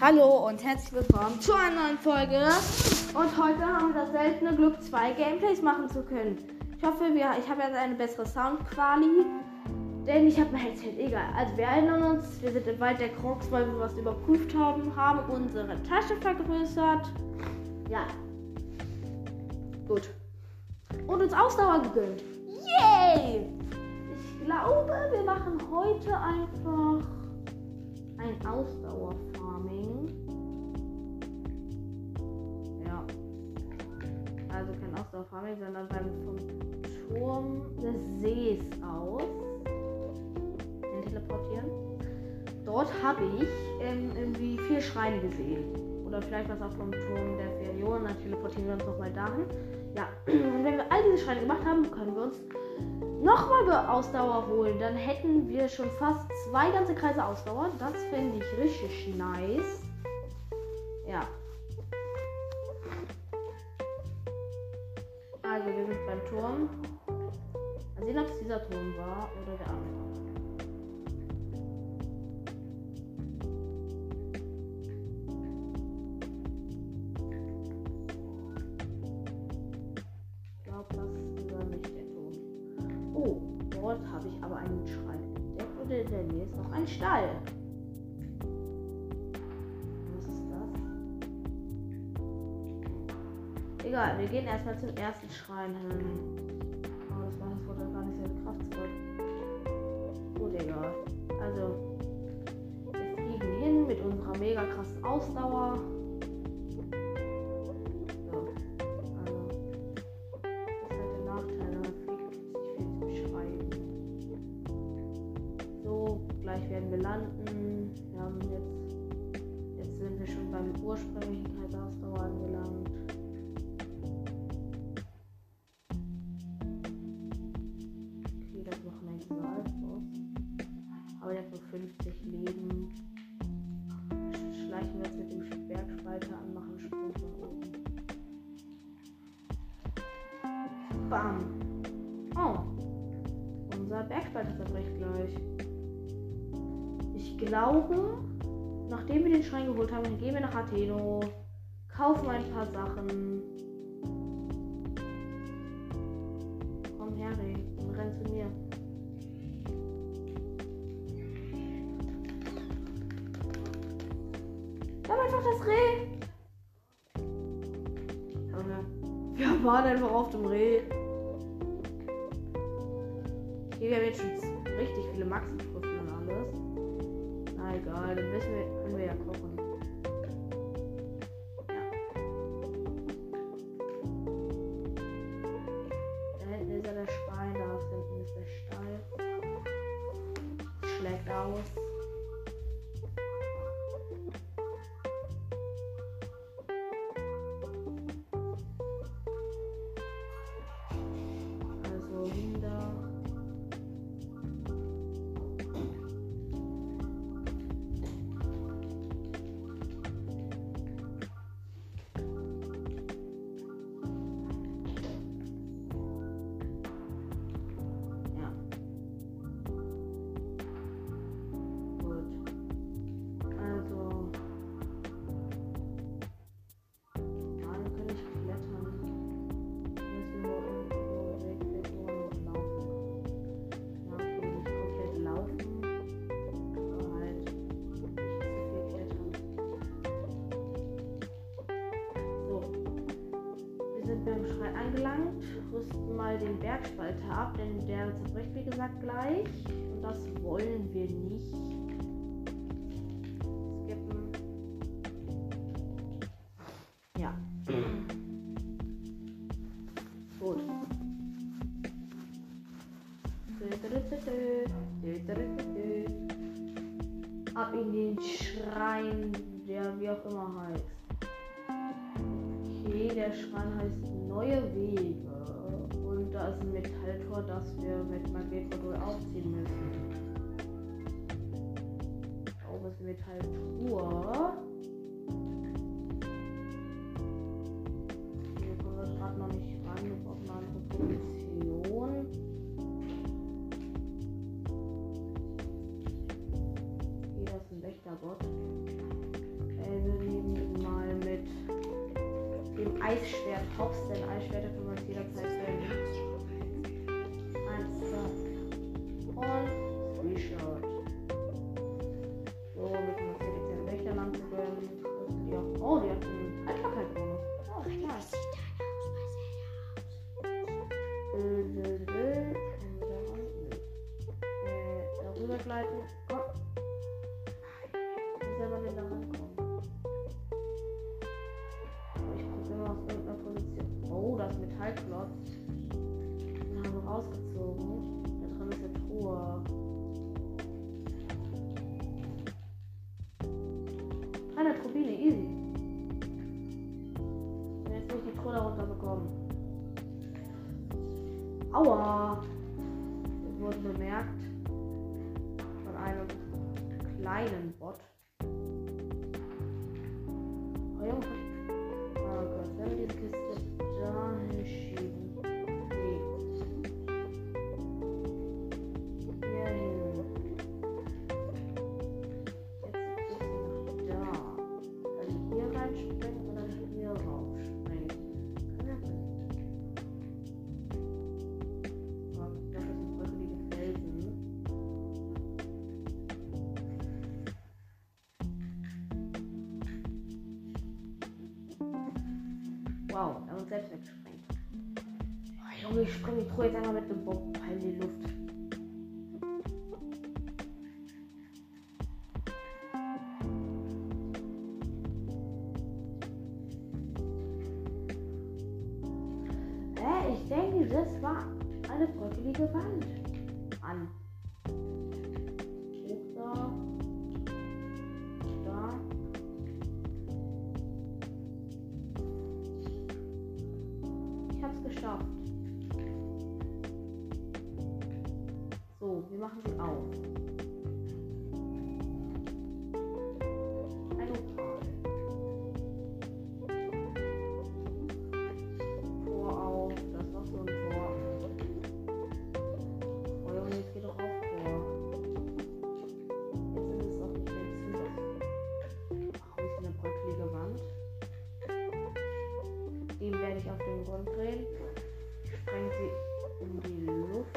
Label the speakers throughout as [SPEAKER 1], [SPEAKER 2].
[SPEAKER 1] Hallo und herzlich willkommen zu einer neuen Folge. Und heute haben wir das seltene Glück, 2 Gameplays machen zu können. Ich hoffe, ich habe jetzt eine bessere Soundqualität, denn ich habe mein Headset. Egal. Also wir erinnern uns, wir sind im Wald der Crocs, weil wir was überprüft haben unsere Tasche vergrößert. Ja. Gut. Und uns Ausdauer gegönnt. Yay! Ich glaube, wir machen heute einfach ein Ausdauerfarming. Ja. Also kein Ausdauerfarming, sondern vom Turm des Sees aus. Teleportieren. Dort habe ich irgendwie 4 Schreine gesehen. Oder vielleicht was auch vom Turm der Ferionen. Dann teleportieren wir uns nochmal dahin. Ja. Und wenn wir all diese Schreine gemacht haben, können wir uns nochmal Ausdauer holen. Dann hätten wir schon fast 2 ganze Kreise Ausdauer. Das finde ich richtig nice. Ja. Also wir sind beim Turm. Mal sehen, ob es dieser Turm war oder der andere. Ich glaube, das war nicht der Turm. Oh, dort habe ich aber einen Schrein entdeckt und in der Nähe ist noch ein Stall. Was ist das? Egal, wir gehen erstmal zum ersten Schrein hin. Oh, das wurde gar nicht sehr kraftvoll. Gut, egal. Also, wir fliegen hin mit unserer mega krassen Ausdauer. Gleich werden wir landen. Wir haben jetzt sind wir schon beim ursprünglichen Kaisersausdauer angelangt. Okay, das machen wir egal. Aber der hat nur 50 Leben. Schleichen wir jetzt mit dem Bergspalter an, machen einen Sprung von oben. Bam! Oh! Unser Bergspalter zerbricht gleich. Ich glaube, nachdem wir den Schrein geholt haben, dann gehen wir nach Atheno, kaufen ein paar Sachen. Komm her, Reh, und renn zu mir. Ich hab einfach das Reh. Okay. Wir waren einfach auf dem Reh. Okay, wir haben jetzt schon richtig viele Maxi-Trüffel und alles. Na egal, dann können wir ja kochen. Ja. Da hinten ist ja der Schwein, da hinten ist der Stall. Schlägt aus. Also hin da. Beim Schrein angelangt, rüsten mal den Bergspalter ab, denn der zerbricht wie gesagt gleich und das wollen wir nicht. Skippen. Ja. Gut. Ab in den Schrein, der wie auch immer heißt. Okay, der Schrein heißt Neue Wege und da ist ein Metalltor, das wir mit Magnetmodul aufziehen müssen. Da oben ist eine Metalltruhe. Hier kommen wir gerade noch nicht ran, wir brauchen eine andere Position. Okay, das ist ein Wächterbot. Eisschwert. Hops, denn Eisschwerter können wir uns jederzeit wählen. 1, 2. Und Reshot. So, wir können uns hier die Wächterlampe gönnen. Oh, die hat einen Haltbarkeitsbonus. Oh, nice. Darüber gleiten. Komm. Wie soll man denn da rankommen? Ich gucke immer aus irgendeiner Position. Oh, das Metallklotz. Den haben wir rausgezogen. Da drin ist eine Truhe. 300 Rubine, easy. Und jetzt muss ich die Truhe darunter bekommen. Aua! Wir wurden bemerkt von einem kleinen Bot. Oh Junge, oh Gott, wenn wir diese Kiste da hinschieben. Nee. Hier hin. Jetzt ist sie nach da. Dann hier reinspringen und dann hier raufspringen. Kann ja sein. Oh, ich glaube, das sind bröckelige Felsen. Wow, er hat uns selbst weggesprengt. Oh, Junge, ich spreng die Truhe jetzt einmal mit dem Bombenpfeil in die Luft. Ich denke, das war eine bröckelige Wand. An. Hoch da. Da. Ich hab's geschafft. So, wir machen sie auf. Ein Opal. Tor auf. Das war so ein Tor. Oh Junge, jetzt geht doch auf Tor. Jetzt ist es auch nicht mehr zu. Ach, wo ist eine bröckelige Wand? Dem werde ich auf den Grund drehen. Ich spreng sie in die Luft.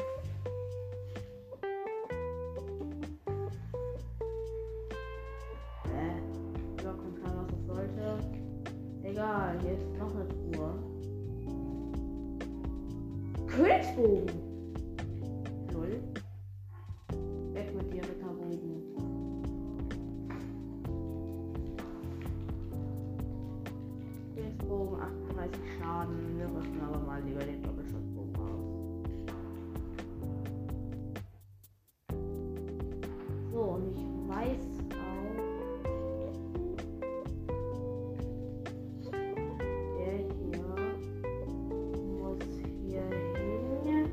[SPEAKER 1] Locken kann, was es sollte. Egal, hier ist noch eine Truhe. Königsbogen! Null. Weg mit dir, Ritterbogen. Königsbogen, 38 Schaden. Wir rüsten aber mal lieber den Doppelschussbogen aus. So, und ich weiß auch, der hier muss hier hin.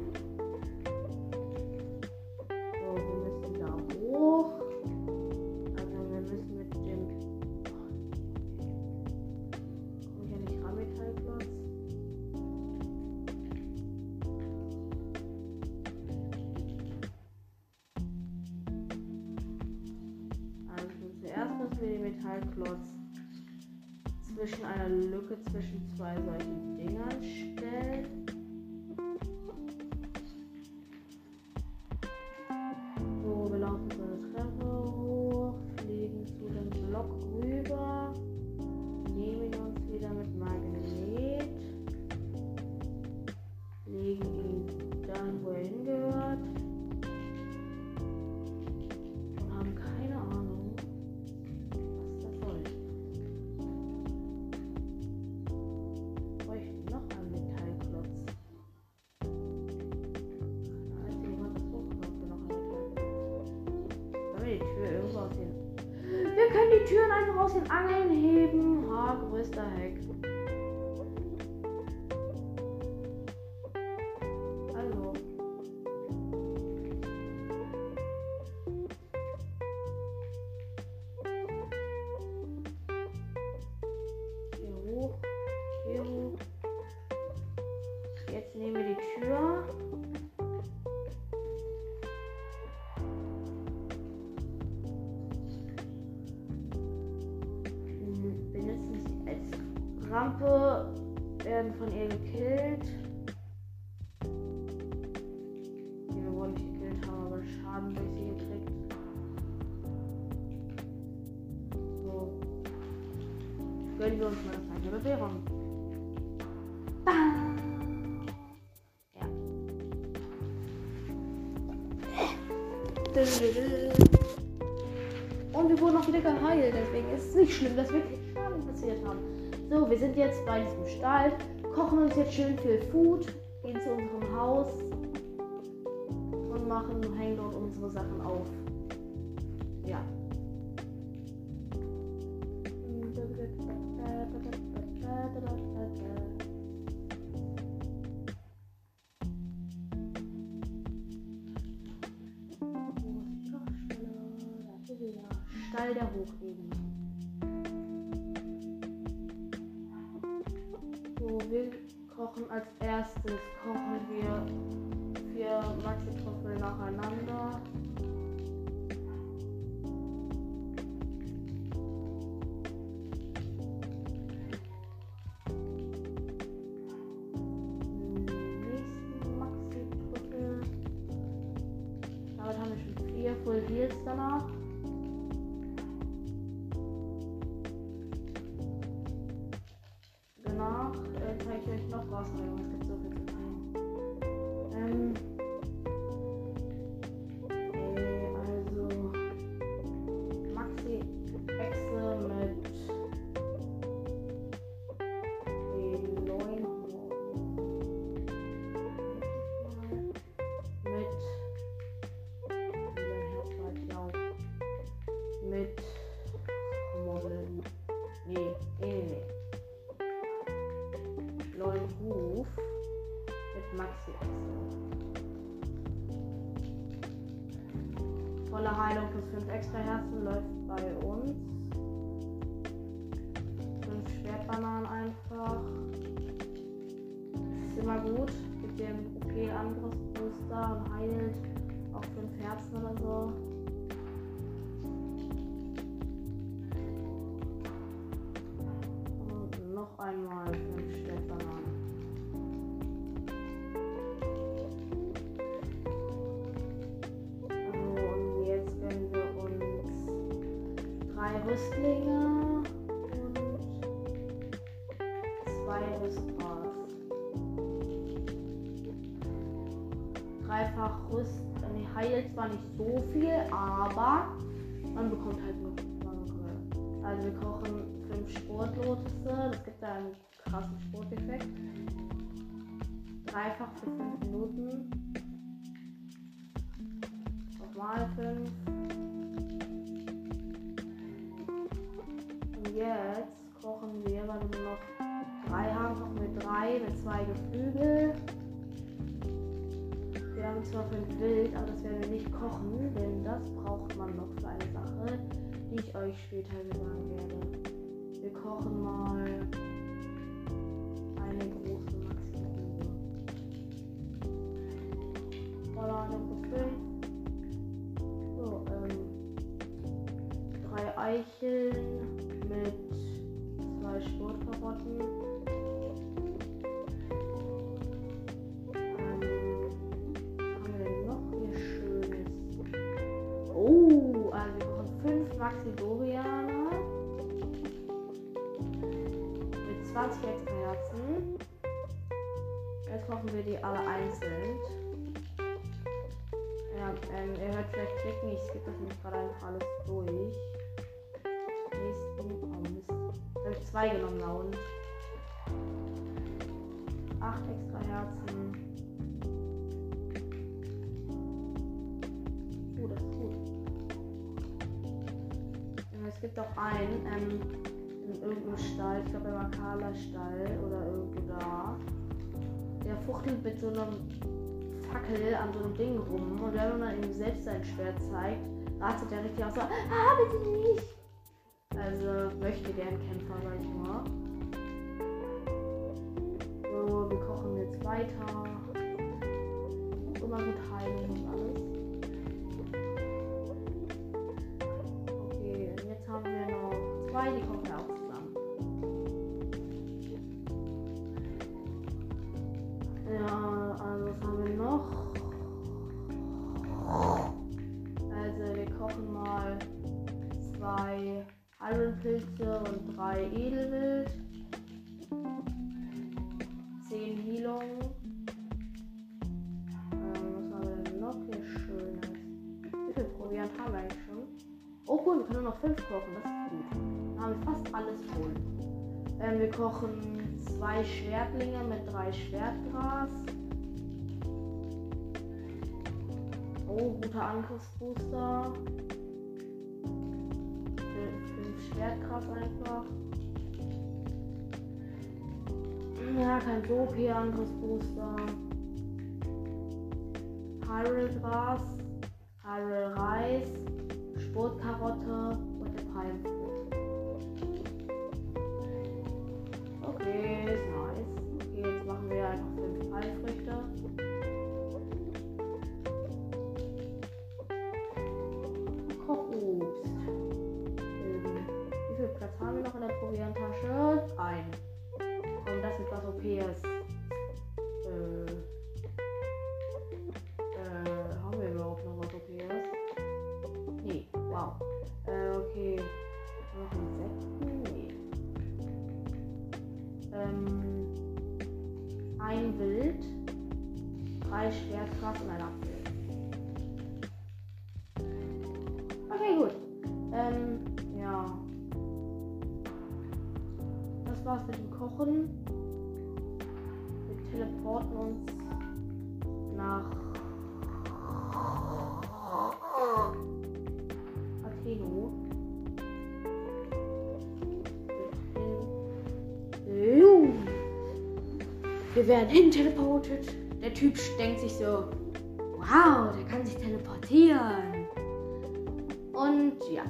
[SPEAKER 1] So, wir müssen da hoch. Also wir müssen mit dem... Komme ich ja nicht ran, Metallklotz. Also zuerst müssen wir den Metallklotz zwischen einer Lücke zwischen zwei solchen Dingern stellen. So, wir laufen so eine Treppe hoch, fliegen zu dem Block rüber, nehmen uns wieder mit Magnet, legen ihn dann, wo er hingehört und haben keine Ahnung, was das soll. Bräuchten noch einen Metallklotz. Als jemand das hochkommt, wir noch einen Metallklotz. Sollen wir die Tür irgendwo aus den... Wir können die Türen einfach aus den Angeln heben. Ha, größter Hack. Also. Hier hoch. Hier hoch. Jetzt nehmen wir die Tür. Benutzen sie als Rampe werden von ihr gekillt. Wir wollen nicht gekillt haben, aber Schaden durch sie gekriegt. So. Gönnen wir uns mal das eine Bewährung. Ja. Und wir wurden auch wieder geheilt, deswegen ist es nicht schlimm, dass wir keinen Schaden passiert haben. So, wir sind jetzt bei diesem Stall, kochen uns jetzt schön viel Food, gehen zu unserem Haus und hängen dort unsere Sachen auf. Ja. Stall der Hochebene. So, wir kochen als erstes, kochen wir 4 Maxi-Trüffel nacheinander. Nächsten Maxi-Trüffel. Damit haben wir schon 4 Full Heals danach. Zeige ich euch noch was, aber es gibt so viel zu tun. Also Maxi Echse mit den 9 mit Modeln. Nee. Neuen Ruf mit Maxi Echse. Volle Heilung plus 5 extra Herzen läuft bei uns. 5 Schwertbananen einfach. Ist immer gut. Gibt dir einen OP-Angriffsbooster und heilt auch 5 Herzen oder so. Und noch einmal 5 Schwertbananen. Rüstlinge und 2 Rüstbars. Dreifach heilt zwar nicht so viel, aber man bekommt halt nur Manko. Also wir kochen 5 Sportlotusse, das gibt da einen krassen Sporteffekt. Dreifach für 5 Minuten. Nochmal 5. Jetzt kochen wir, weil wir nur noch 3 haben, kochen wir 3 mit 2 Geflügel. Wir haben zwar 5 Wild, aber das werden wir nicht kochen, denn das braucht man noch für eine Sache, die ich euch später sagen werde. Wir kochen mal eine große Maxi-Rübe. Voller Heilung gefüllt. So, 3 Eicheln mit 2 Sportkarotten. Was haben wir denn noch hier Schönes? Oh, also wir kochen 5 Maxi-Dorianer mit 20 extra Herzen. Jetzt kochen wir die alle einzeln. Ja, ihr hört vielleicht klicken, ich skippe das nicht gerade einfach alles durch. Nächsten, oh Mist. Ich habe 2 genommen da unten. 8 extra Herzen. Das ist gut. Es gibt auch einen in irgendeinem Stall, ich glaube im Makala-Stall oder irgendwo da. Der fuchtelt mit so einem Fackel an so einem Ding rum und wenn man ihm selbst sein Schwert zeigt, rastet er richtig aus so, bitte nicht! Also möchte gern Kämpfer, sag ich mal. So, wir kochen jetzt weiter. Immer mit Heilung und alles. Okay, und jetzt haben wir noch 2, die kochen wir auch zusammen. kochen mal 2 Iron-Pilze und 3 Edelwild. 10 Heilung. Was haben wir denn noch hier Schönes? Wie viel Proviant haben wir eigentlich schon? Oh cool, wir können nur noch 5 kochen, das ist gut. Dann haben wir fast alles voll. Wir kochen 2 Schwertlinge mit 3 Schwertgras. Oh, guter Angriffsbooster. 5 Schwertgras einfach. Ja, kein OP-Angriffsbooster. Hyrule-Gras, Hyrule-Reis, Sportkarotte und der Palmfrucht. Okay, ist nice. Okay, jetzt machen wir einfach 5 Palmfrüchte. Kochobst. Wie viel Platz haben wir noch in der Provianttasche? 1. Und das ist was OPs. Haben wir überhaupt noch was OPs? Nee, wow. Okay. Noch Insekten? Nee. Ein Wild, 3 Schwertgras und ein Apfel. Okay, gut. Ja. Das war's mit dem Kochen. Wir teleporten uns nach Atheno. Wir werden hin teleportet. Der Typ denkt sich so, wow, der kann sich teleportieren. Und ja.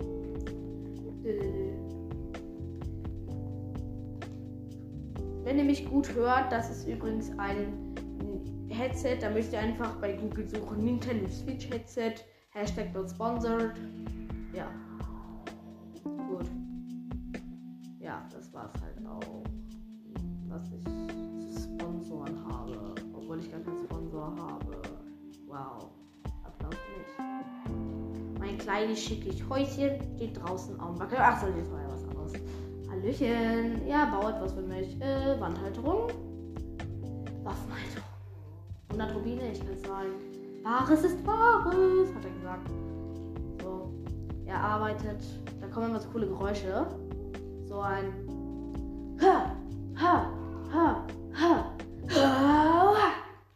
[SPEAKER 1] Wenn ihr mich gut hört, das ist übrigens ein Headset. Da müsst ihr einfach bei Google suchen Nintendo Switch Headset. Hashtag not sponsored. Ja. Gut. Ja, das war's halt auch. Was ich zu sponsoren habe. Obwohl ich gar keinen Sponsor habe. Wow. Applaus nicht. Mein kleines schickes Häuschen steht draußen am Wackel. Ach so, jetzt war ja was anderes. Hallöchen. Ja, bau etwas für mich. Wandhalterung. Waffenhalterung. 100 Rubine, ich kann sagen. Wahres ist Wahres, hat er gesagt. So. Er arbeitet. Da kommen immer so coole Geräusche. So ein Ha! Ha! Ha! Ha! Ha!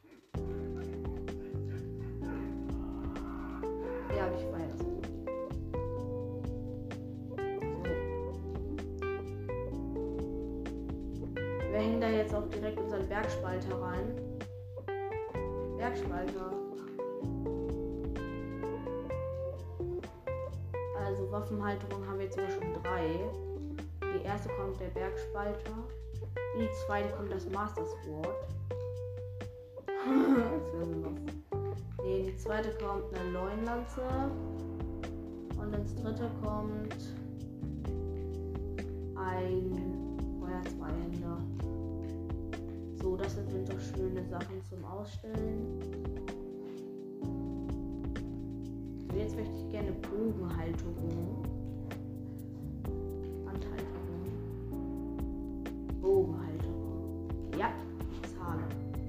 [SPEAKER 1] Ja, ich feiere das. So. Wir hängen da jetzt auch direkt unseren Bergspalter rein. Bergspalter. Also Waffenhalterung haben wir jetzt sogar schon 3. Die erste kommt der Bergspalter. In die zweite kommt das Master Sword. Nee, in die zweite kommt eine Leunlanze. Und ins dritte kommt ein Feuer-Zweihänder. So, das sind doch schöne Sachen zum Ausstellen. So, jetzt möchte ich gerne Bogenhalterung. Handhalterung. Bogenhalterung. Ja, ich zahle.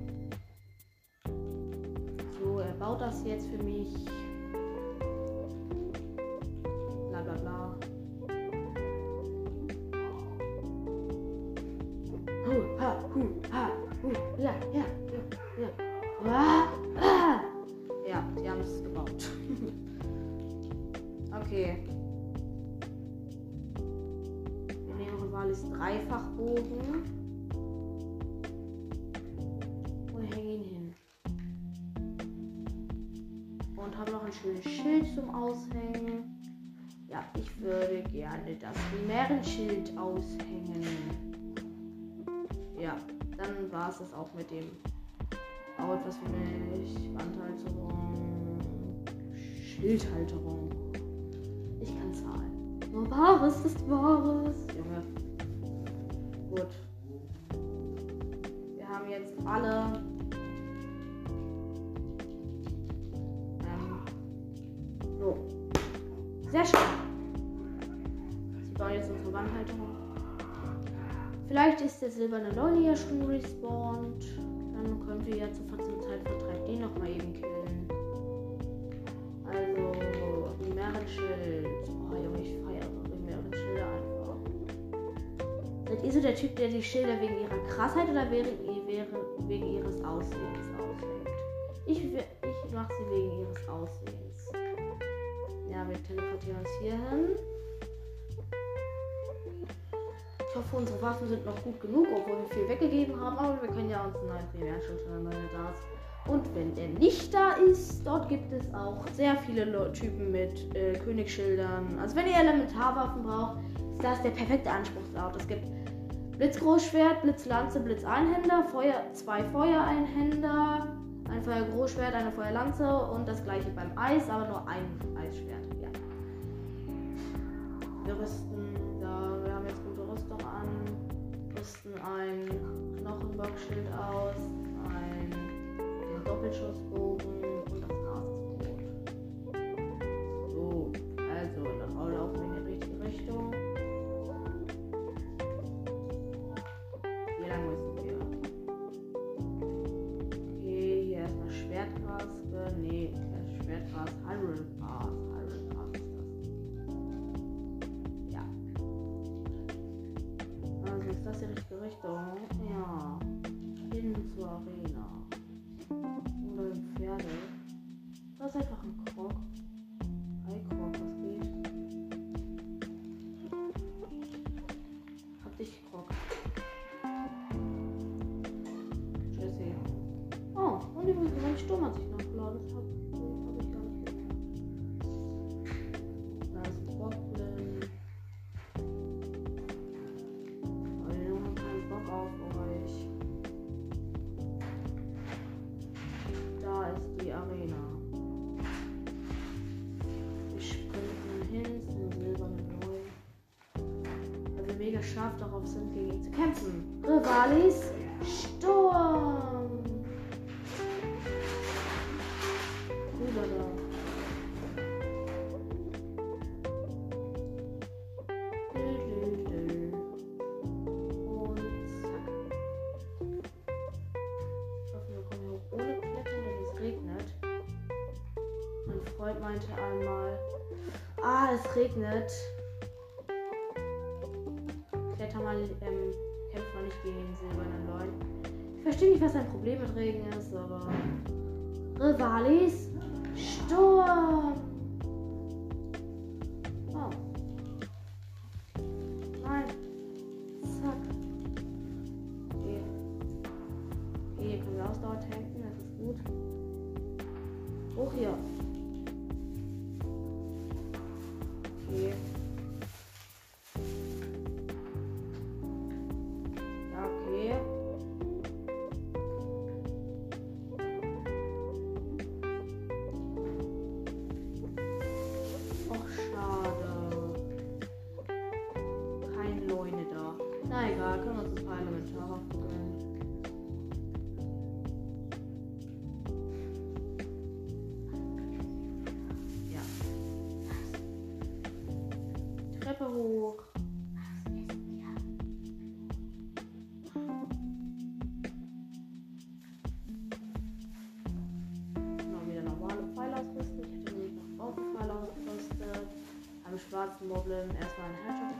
[SPEAKER 1] So, er baut das jetzt für mich. Bla bla bla. Ha, ha, ja, ja, ja, ja. Ja, die haben es gebaut. Okay. Wir nehmen Rivalis Dreifachbogen und hängen ihn hin. Und haben noch ein schönes Schild zum Aushängen. Ja, ich würde gerne das Primären-Schild aushängen. Ja, dann war es das auch mit dem Bau etwas für mich. Wandhalterung, Schildhalterung. Ich kann zahlen. Nur Wahres ist Wahres. Junge. Gut. Wir haben jetzt alle so. Sehr schön. Sie bauen jetzt unsere Wandhalterung. Vielleicht ist der silberne Lolli ja schon respawned. Dann können wir ja zum Zeitvertreib den nochmal eben killen. Also, Rimerenschild. Oh Junge, ich feiere Rimerenschilde einfach. Seid ihr so der Typ, der die Schilder wegen ihrer Krassheit oder wegen ihres Aussehens auswählt? Ich mache sie wegen ihres Aussehens. Ja, wir teleportieren uns hier hin. Ich hoffe, unsere Waffen sind noch gut genug, obwohl wir viel weggegeben haben. Aber wir können ja uns einen neuen Primärschild holen, wenn er da ist. Und wenn er nicht da ist, dort gibt es auch sehr viele Typen mit Königsschildern. Also wenn ihr Elementarwaffen braucht, ist das der perfekte Anspruchsort. Es gibt Blitzgroßschwert, Blitzlanze, Blitzeinhänder, zwei Feuereinhänder, ein Feuergroßschwert, eine Feuerlanze und das gleiche beim Eis, aber nur ein Eisschwert. Ja. Wir rüsten, wir haben jetzt gute Rüstung an, rüsten ein Knochenbockschild aus, ein Doppelschussbogen und das Gras ist tot. So, also dann laufen wir in die richtige Richtung. Wie lange müssen wir? Okay, hier erstmal Schwertgras. Nee, Schwertgras, Hyrule-Gras. Hyrule-Gras ist das. Ja. Also ist das die richtige Richtung? Ja. Hin zur Arena. Oder Pferde. Das ist einfach ein Krog. Hi Krog, was geht? Hab dich, Krog. Tschüssi. Oh, und übrigens, mein Sturm hat sich noch geladen. Das hab ich gar nicht gesehen. Da ist ein Bockblin. Aber die Jungen haben keinen Bock auf euch. Da ist die Arena. Wir sprinten hin zum silbernen Leu. Weil wir mega scharf darauf sind, gegen ihn zu kämpfen. Rivalis Sturm! Rüber da. Und zack. Ich hoffe, wir kommen hier hoch ohne Klettern, denn es regnet. Mein Freund meinte einmal, es regnet. Kletter mal, kämpft mal nicht gegen den silbernen Leuen. Ich verstehe nicht, was sein Problem mit Regen ist, aber Rivalis Sturm! Oh. Nein. Zack. Okay. Okay, hier können wir Ausdauer tanken, das ist gut. Hoch hier. Okay. Ja, okay. Och, schade. Kein Leune da. Na egal, können wir uns ein paar Elementarwaffen gönnen. Ja. Treppe hoch. Noch wieder normale Pfeile ausrüsten. Ich hätte nämlich noch Raupenpfeile ausgerüstet. Am schwarzen Moblin erstmal ein Headshot.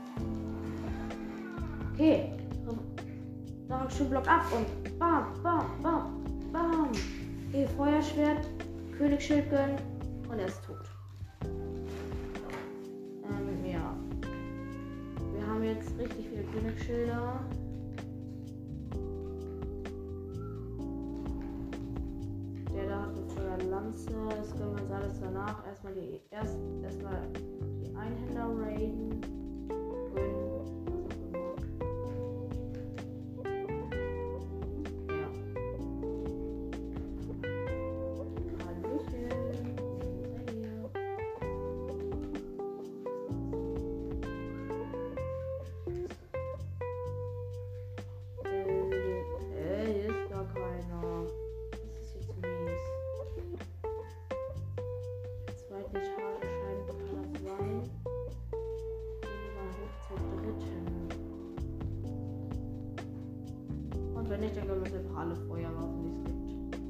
[SPEAKER 1] Okay. Dann schön Block ab und bam, bam, bam, bam. Okay, Feuerschwert, Königsschild gönnen und er ist tot. Ja. Wir haben jetzt richtig viele Königsschilder. Der da hat eine Feuerlanze. Das können wir uns alles danach erstmal die Einhänder raiden. Gönnen. Zweite Etage scheint das sein. Und wenn nicht, dann können wir einfach alle Feuerwaffen, die es gibt.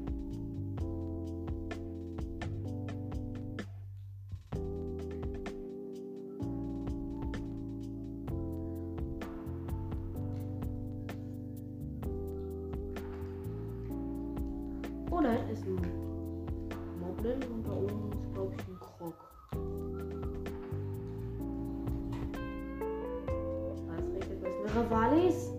[SPEAKER 1] Oh, da hinten ist ein Moblin und da oben ist, glaube ich, ein Krog. Jetzt regnet es mit Ravalis.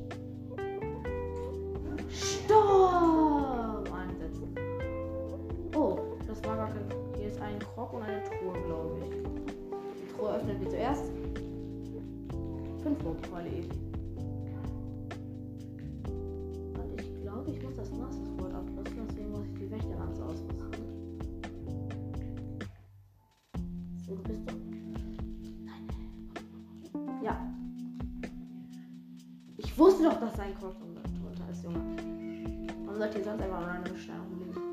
[SPEAKER 1] Sturm einsetzen. Oh, das war gar kein. Hier ist ein Krog und eine Truhe, glaube ich. Die Truhe öffnen wir zuerst. 5 Mobile easy. Und ich glaube, ich muss das Master-Sword abrüsten, deswegen muss ich die Wächterlanze ausrüsten. So, du bist doch. Nein. Ja. Ich wusste doch, dass sein Krog drunter ist, Junge. Warum sollte hier sonst einfach random Stein rumliegen?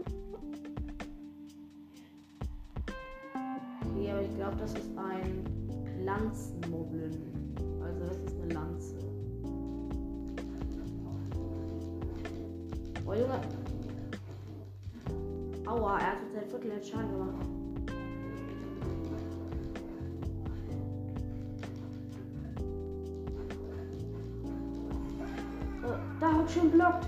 [SPEAKER 1] Okay, aber ich glaube, das ist ein Lanzenmoblin. Also das ist eine Lanze. Oh Junge. Aua, er hat mit seinem Viertel jetzt Schaden gemacht. Oh, da hat schon blockt.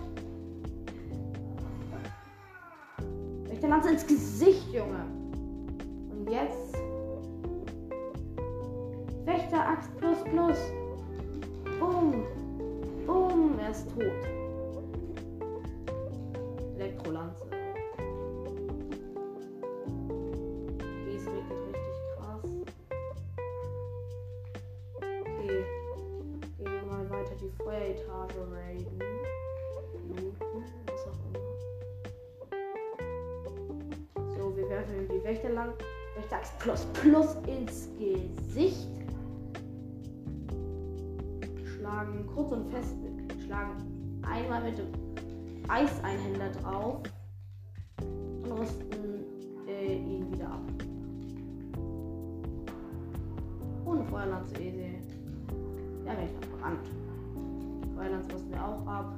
[SPEAKER 1] Der Lanze ins Gesicht, Junge. Und jetzt Wächteraxt plus. Boom. Boom. Er ist tot. Elektrolanze. Okay, es regnet richtig krass. Okay. Gehen wir mal weiter die Feueretage raiden. Looten, was auch immer. So, wir werfen ihm die Wächteraxt plus ins Gesicht. Schlagen kurz und fest mit. Schlagen einmal mit dem Eiseinhänder drauf und rüsten ihn wieder ab. Ohne Feuerlanze easy. Ja, bin ich verbrannt. Feuerlanze rüsten wir auch ab.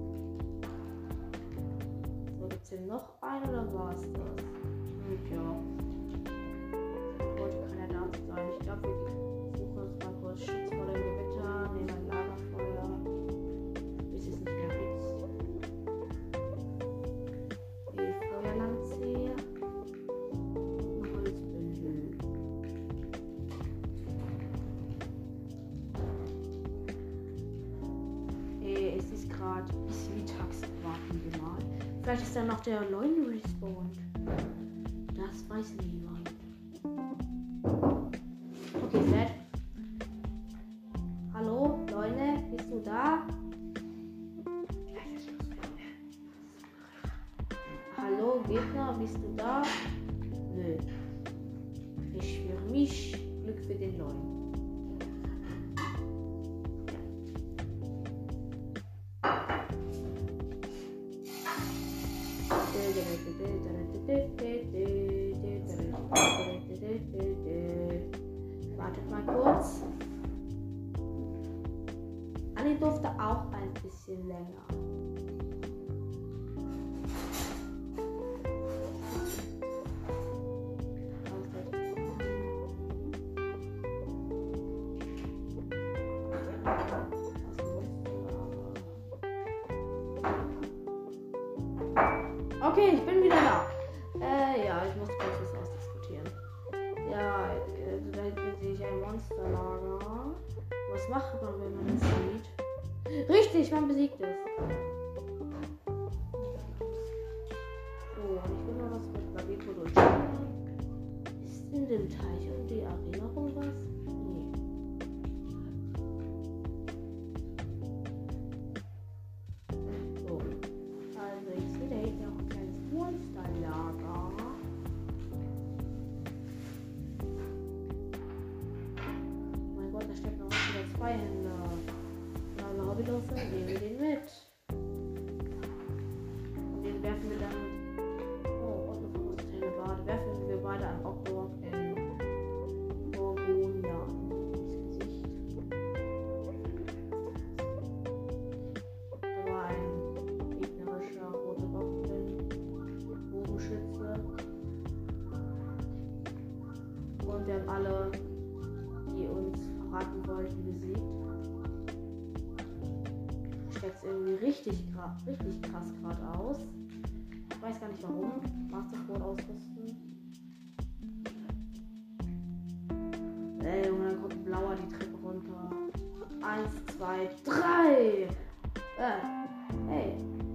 [SPEAKER 1] So, gibt es hier noch einen oder war es das? Ja. Heute kann er da sein. Ich glaube, wir suchen uns mal kurz Schutz vor dem Gewitter, nehmen ein Lagerfeuer, bis es nicht mehr blitzt. Die Feuerlanze hier. Holzbündel. Es ist gerade bis mittags, warten wir mal. Vielleicht ist dann noch der Leune respawned. Das weiß niemand. Okay, Fred. Hallo, Leune, bist du da? Hallo, Gegner, bist du da? Nö. Ich für mich, Glück für den Leune. Wartet mal kurz. Anni durfte auch ein bisschen länger. Okay, ich bin wieder da. Ja, ich muss kurz was ausdiskutieren. Ja, da hinten sehe ich ein Monsterlager. Was macht man, wenn man es sieht? Richtig, man besiegt es. So, und ich will mal was mit Blavico durchschauen. Ist in dem Teich und die Erinnerung was? Nee. So. Also ich sehe da hinten auch ein kleines Monsterlager. Oh mein Gott, da stecken auch wieder 2 Händler. Na, Hobbylos, nehmen wir den mit. Und den werfen wir dann. Oh, und eine verrostete Bade. Werfen wir beide an Rockrock in Borgonia ins Gesicht. Da war ein Und wir haben alle, die uns verraten wollten, besiegt. Steckt irgendwie richtig krass gerade aus. Ich weiß gar nicht warum. Masterboard ausrüsten. Ey, Junge, dann kommt ein blauer die Treppe runter. 1, 2, 3! Hey.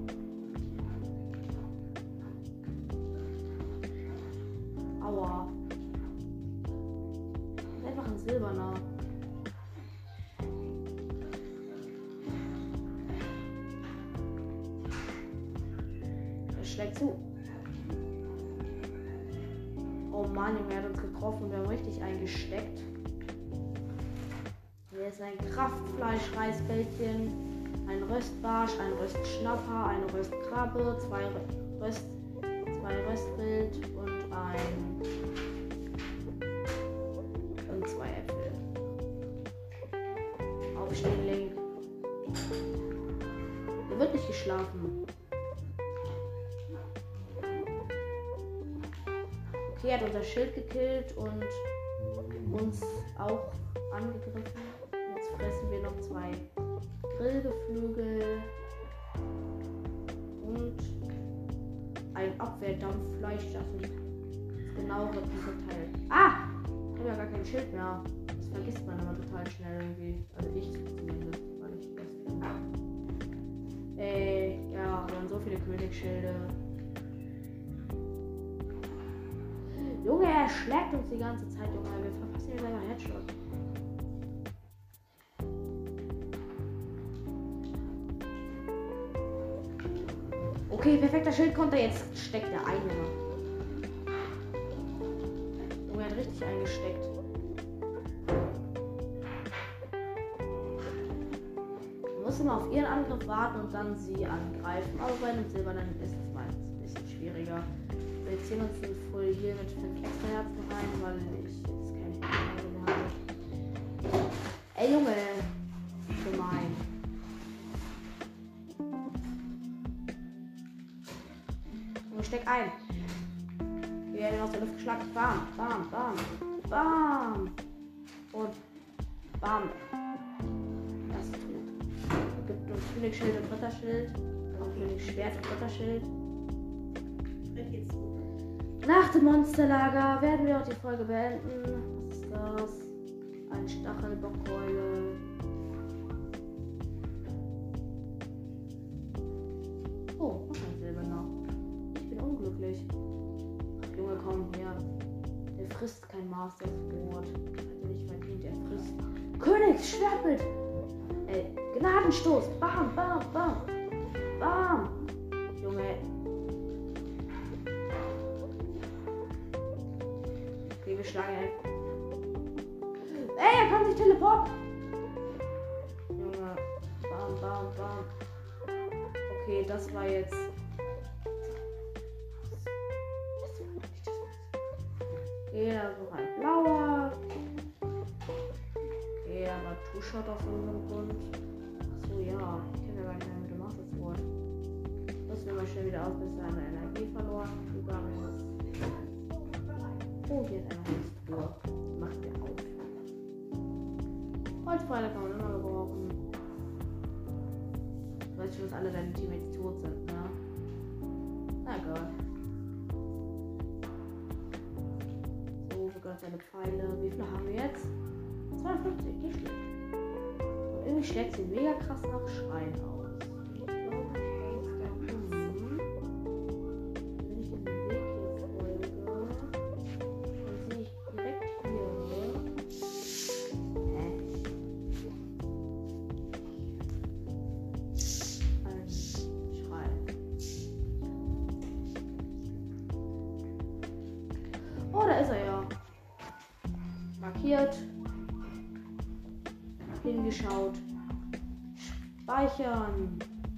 [SPEAKER 1] Aua. Einfach ein silberner. Er schlägt zu. Oh Mann, Junge, er hat uns getroffen. Wir haben richtig eingesteckt. Hier ist ein Kraftfleisch-Reisbällchen, ein Röstbarsch, ein Röstschnapper, eine Röstkrabbe, zwei Röstwild und 2 Äpfel. Aufstehen, Link. Er wird nicht geschlafen. Okay, er hat unser Schild gekillt und uns auch angegriffen. Jetzt fressen wir noch 2 Grillgeflügel und ein Abwehrdampffleisch, das uns genau verteilt. Ah! Ich habe ja gar kein Schild mehr. Das vergisst man immer total schnell irgendwie. Also ich zumindest, weil ich das bin. Ja, wir haben so viele Königsschilde. Junge, er schlägt uns die ganze Zeit, Junge. Wir verpassen hier selber Headshot. Okay, perfekter Schildkonter. Jetzt steckt er ein, Junge. Junge, er hat richtig eingesteckt. Wir müssen immer auf ihren Angriff warten und dann sie angreifen. Aber bei einem Silbernen ist es meistens ein bisschen schwieriger. Wir ziehen uns ein Full Heal mit 5 extra Herzen rein, weil ich jetzt keine Herzen mehr habe. Ey Junge, gemein. Junge, steck ein. Wir werden aus der Luft geschlagen. Bam, bam, bam, bam. Und bam. Das ist tot. Es gibt uns Königsschild und Ritterschild. Auch Königsschwert und Ritterschild. Nach dem Monsterlager werden wir auch die Folge beenden. Was ist das? Ein Stachelbockkeule. Oh, noch ein Silberner. Ich bin unglücklich. Ach, Junge, komm her. Der frisst kein Master Sword. Hat er nicht verdient, er frisst. Königsschwertbild! Ey, Gnadenstoß! Bam, bam, bam! Bam! Junge. Wir schlagen ihn. Ey, er kann sich teleporten. Junge. Bam, bam, bam. Okay, das war jetzt. Okay, da ist noch ein blauer. Okay, aber Two-Shot auf irgendeinem Grund. Achso, ja. Ich kenne ja gar nicht mehr mit dem Master Sword. Müssen wir mal schnell wieder auf, bis seine Energie verloren gegangen ist. Oh, hier ist eine Holztruhe. Macht der auf. Holzpfeile kann man immer gebrauchen. Du weißt schon, dass alle deine Teammates tot sind, ne? Na egal. So, sogar seine Pfeile. Wie viele haben wir jetzt? 52, nicht schlecht. Und irgendwie schlägt sie mega krass nach Schreien aus. Oh, da ist er ja. Markiert. Hingeschaut. Speichern.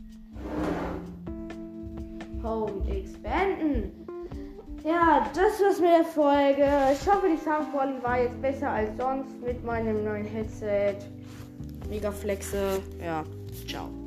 [SPEAKER 1] Home expanden. Ja, das war's mit der Folge. Ich hoffe, die Soundqualität war jetzt besser als sonst mit meinem neuen Headset. Mega Flexe. Ja, ciao.